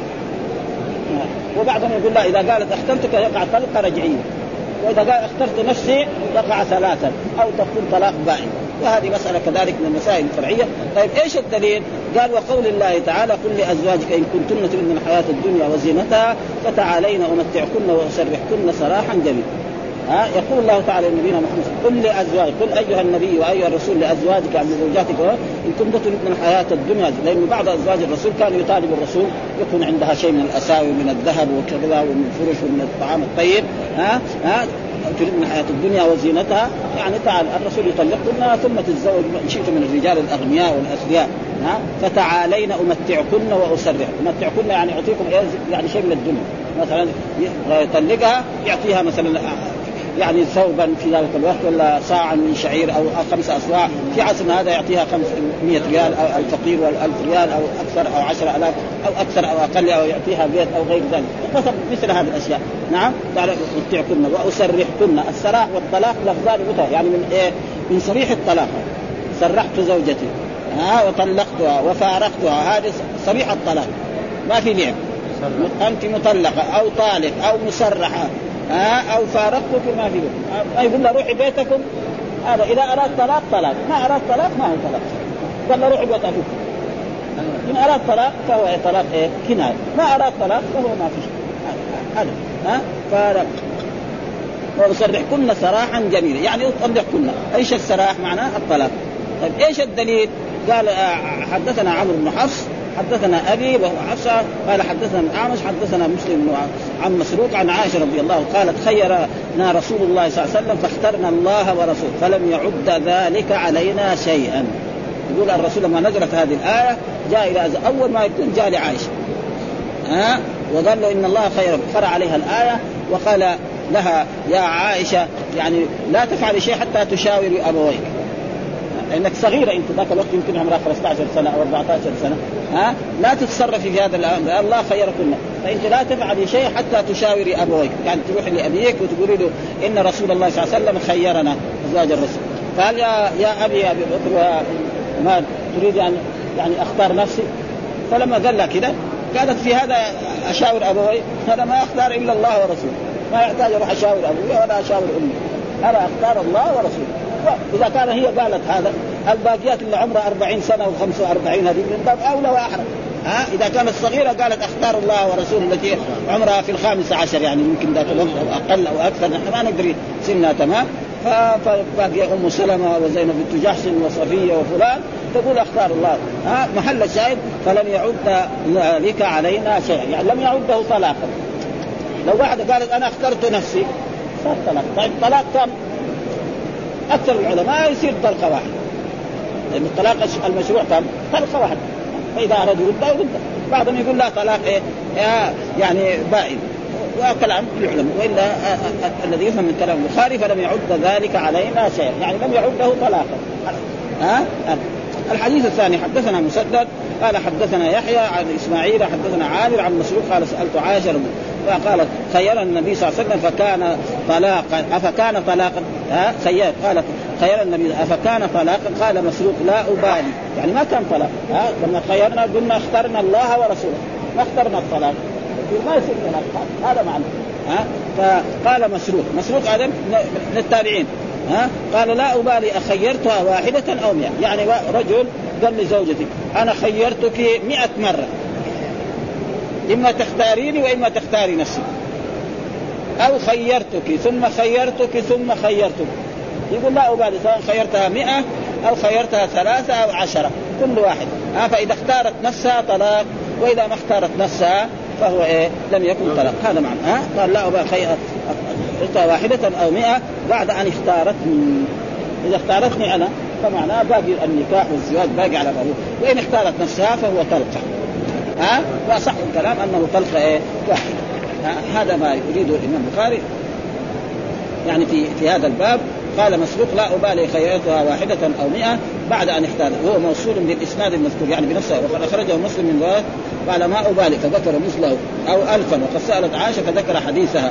وبعضهم يقول لا إذا قالت اخترتك يقع طلقة رجعية، وإذا قال اخترت نفسي يقع 3 أو تكون طلاق بائن. وهذه مسألة كذلك من المسائل الفرعية. طيب إيش الدليل؟ قال وقول الله تعالى قل لأزواجك إن كنتن تردن الحياة الدنيا وزينتها فتعالين أمتعكن وأسرحكن سراحا جميلا. يقول الله تعالى لنبينا محمد قل لأزواجك، قل أيها النبي وأيها الرسول لأزواجك عن زوجاتك إن كنتن تردن الحياة الدنيا، لأن بعض أزواج الرسول كانوا يطالب الرسول يكون عندها شيء من الأساوي من الذهب وكذا ومن الفرش ومن الطعام الطيب. تريد من حياة الدنيا وزينتها، يعني تعال الرسول يطلقكن ثم تتزوج من شئت من الرجال الأغنياء والأثرياء. فتعالين أمتعكن وأسرحكن، أمتعكن يعني أعطيكم يعني شيء من الدنيا، مثلا يطلقها يعطيها مثلا يعني ثوبا في ذلك الوقت ولا صاعا من شعير أو 5 أصواع، في عصرنا هذا يعطيها 500 ريال أو الفقير وال1000 ريال أو أكثر أو 10,000 أو أكثر أو أقل أو يعطيها بيت أو غير ذلك، مثل هذه الأشياء. نعم قال أمتعكن وأسرحكن. السراح والطلاق لفظان متى يعني من إيه؟ من صريح الطلاق، سرحت زوجتي وطلقتها وفارقتها، هذه صريح الطلاق ما في لعب. أنت مطلقة أو طالق أو مسرحة أو فارقتك ما في لعب. يقول له روحي بيتكم، هذا إذا أراد طلاق طلاق، ما أراد طلاق ما هو طلاق. قال له روحي بيت أبوك. إن أراد طلاق فهو طلاق إيه؟ كناية. ما أراد طلاق فهو ما في شيء. هذا فارق. وأسرحكن سراحا جميلا، يعني أطلقكن. إيش السراح؟ معناه الطلاق. طيب إيش الدليل؟ قال حدثنا عمرو بن حفص حدثنا أبي وهو حفصة قال حدثنا الأعمش حدثنا مسلم عن مسروق عن عائشة رضي الله قالت خيرنا رسول الله صلى الله عليه وسلم فاخترنا الله ورسوله فلم يعد ذلك علينا شيئا. يقول الرسول لما نزلت هذه الآية جاء إلى أول ما يكون جاء لعائشة وقال له إن الله خير، فرع عليها الآية وقال لها يا عائشة يعني لا تفعلي شيء حتى تشاوري أبويك، لأنك صغيرة أنت ذاك الوقت يمكن عمرها 15 سنة أو 14 سنة، لا تتصرفي في هذا الأمر، الله خيركن، فأنت لا تفعلي شيء حتى تشاوري أبويك، يعني تروحي لأبيك وتقولي له إن رسول الله صلى الله عليه وسلم خيرنا أزواج الرسول. قال يا أبي بكر ما تريد أن يعني أختار نفسي؟ فلما قال لها كده قالت في هذا أشاور أبوي؟ أنا ما أختار إلا الله ورسوله، ما يحتاج أروح أشاور أبوي ولا أشاور أمي، أنا أختار الله ورسوله. إذا كان هي قالت هذا، الباقيات اللي عمرها 40 سنة و45 هذه من باب أولى وأحرى. إذا كانت صغيرة قالت أختار الله ورسوله التي عمرها في 15 يعني يمكن ذات الوقت أو أقل أو أكثر، نحن ما ندري سنها تمام. فباقي أم سلمة وزينب بنت جحش وصفية وفلان تقول أختار الله. محل الشاهد فلم يعد ذلك علينا شيئا، يعني لم يعده طلاقا. لو واحدة قالت أنا اخترت نفسي صار طلاق. طيب طلاق كم؟ أكثر العلماء يصير طلقة واحدة، لأن الطلاق المشروع كم؟ طلقة واحدة، فإذا أراد يرد. بعضهم يقول لا طلاق إيه؟ يعني بائن، وكلام العلماء. وإلا الذي يفهم من كلام البخاري فلم يعد ذلك علينا شيئا، يعني لم يعده طلاقا. الحديث الثاني حدثنا مسدد قال حدثنا يحيى عن إسماعيل حدثنا عامر عن مسروق قال سألت عائشة فقالت خير النبي صلى الله عليه وسلم فكان طلاقا أفكان طلاقا خيرت، قالت خير النبي أفكان طلاقا؟ قال مسروق لا أبالي، يعني ما كان طلاق. لما خيرنا قلنا اخترنا الله ورسوله، ما اخترنا الطلاق، ما يصير طلاق، هذا معنى. فقال مسروق هذا من التابعين قال لا أبالي أخيرتها واحدة أو 100، يعني رجل قال لزوجتي أنا خيرتك 100 مرة، إما تختاريني وإما تختاري نفسي، أو خيرتك ثم خيرتك ثم خيرتك، يقول لا أبالي سواء خيرتها 100 أو خيرتها 3 أو 10 كل واحد. فإذا اختارت نفسها طلاق، وإذا ما اختارت نفسها فهو إيه؟ لم يكن طلاق. هذا معنى. قال لا أبالي خيرتها واحدة أو 100 بعد أن اختارتني. إذا اختارتني أنا فمعناه باقي النكاح والزواج باقي على بعضه، وإن اختارت نفسها فهو طلقة. وصح الكلام أنه طلقة إيه؟ واحدة. هذا ما يريده الإمام البخاري يعني في هذا الباب. قال مسروق لا أبالي خيرتها واحدة أو 100 بعد أن اختارت، وهو موصول بالإسناد المذكور يعني بنفسه. وقد أخرجه مسلم من رواية قال ما أبالي فذكر مثله أو 1000. وقد سألت عائشة فذكر حديثها.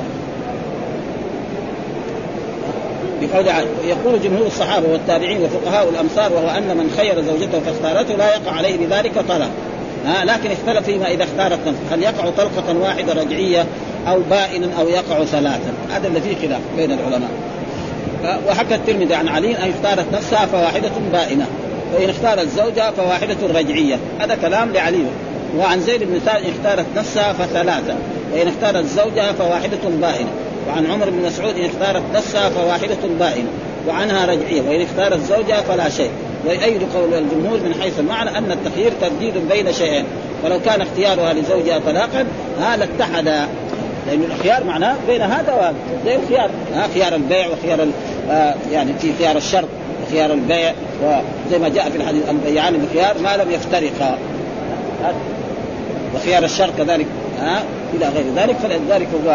يقول جمهور الصحابة والتابعين وفقهاء الأمصار وهو أن من خير زوجته فاختارته لا يقع عليه بذلك طلاق، لكن اختلف فيما إذا اختارت نفسه هل يقع طلقة واحدة رجعية أو بائنا أو يقع 3. هذا الذي فيه خلاف بين العلماء. وحكى الترمذي عن علي أن اختارت نفسها فواحدة بائنة، وإن اختارت زوجها فواحدة رجعية، هذا كلام لعلي. وعن زيد بن ثابت اختارت نفسها ف3، وإن اختارت زوجها فواحدة بائنة. وعن عمر بن مسعود إن اختارت نفسها فواحدة بائنة وعنها رجعية، وإن اختارت زوجها فلا شيء. ويؤيد قول الجمهور من حيث المعنى أن التخيير ترديد بين شيئين، ولو كان اختيارها لزوجها طلاقا لاتحد، لأن الخيار معناه بين هذا وهذا، زي الخيار خيار البيع وخيار يعني في خيار الشرط وخيار البيع، وزي ما جاء في الحديث البيعان بخيار ما لم يفترقا، وخيار الشرط كذلك إلى غير ذلك. فلذلك هو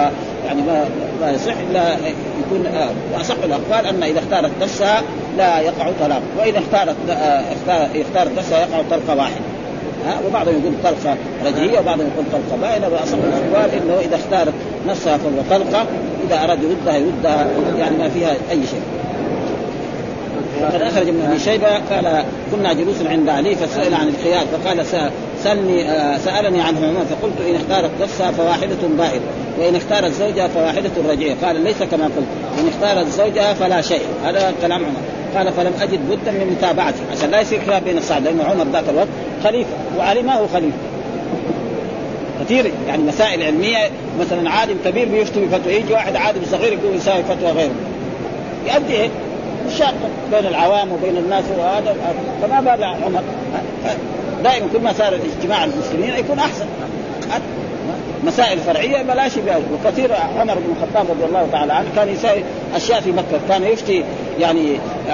يعني ما يصح إلا يكون وأصح الأقوال أن إذا اختارت نفسها لا يقع طلاق، وإذا اختارت نفسها يقع طلقة واحدة. وبعضهم يقول طلقة رجعية وبعضهم يقول طلقة بائنة. وأصح الأقوال إنه إذا اختارت نفسها فهو طلقة، إذا أراد يردها يعني ما فيها أي شيء. وقد أخرج ابن أبي شيبة قال كنا جلوسا عند علي فسئل عن الخيار فقال سألني عنه عمر فقلت إن اختارت نفسها فواحدة بائنة وإن اختارت زوجها فواحدة رجعية. قال ليس كما قلت، إن اختارت زوجها فلا شيء. هذا كلام عمر. قال فلم أجد بدا من متابعته عشان لا يصير خلاف بين الصحابة، لأن عمر ذاك الوقت خليفة وعلي ما هو خليفة. كثير يعني مسائل علمية مثلا عالم كبير بيفتي بفتوى، يجي واحد عالم صغير يقول يساوي فتوى غيره، يؤدي إيه؟ شاق بين العوام وبين الناس. وهذا فما بال عمر دائما كل ما صار اجتماع المسلمين يكون أحسن. مسائل فرعية بلاش بها. وكثير عمر بن الخطاب رضي الله تعالى عنه كان يساوي أشياء في مكة، كان يفتي يعني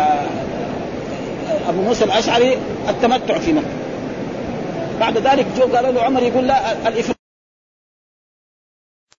أبو موسى الأشعري التمتع في مكة. بعد ذلك جو قالوا له عمر يقول لا الإفراد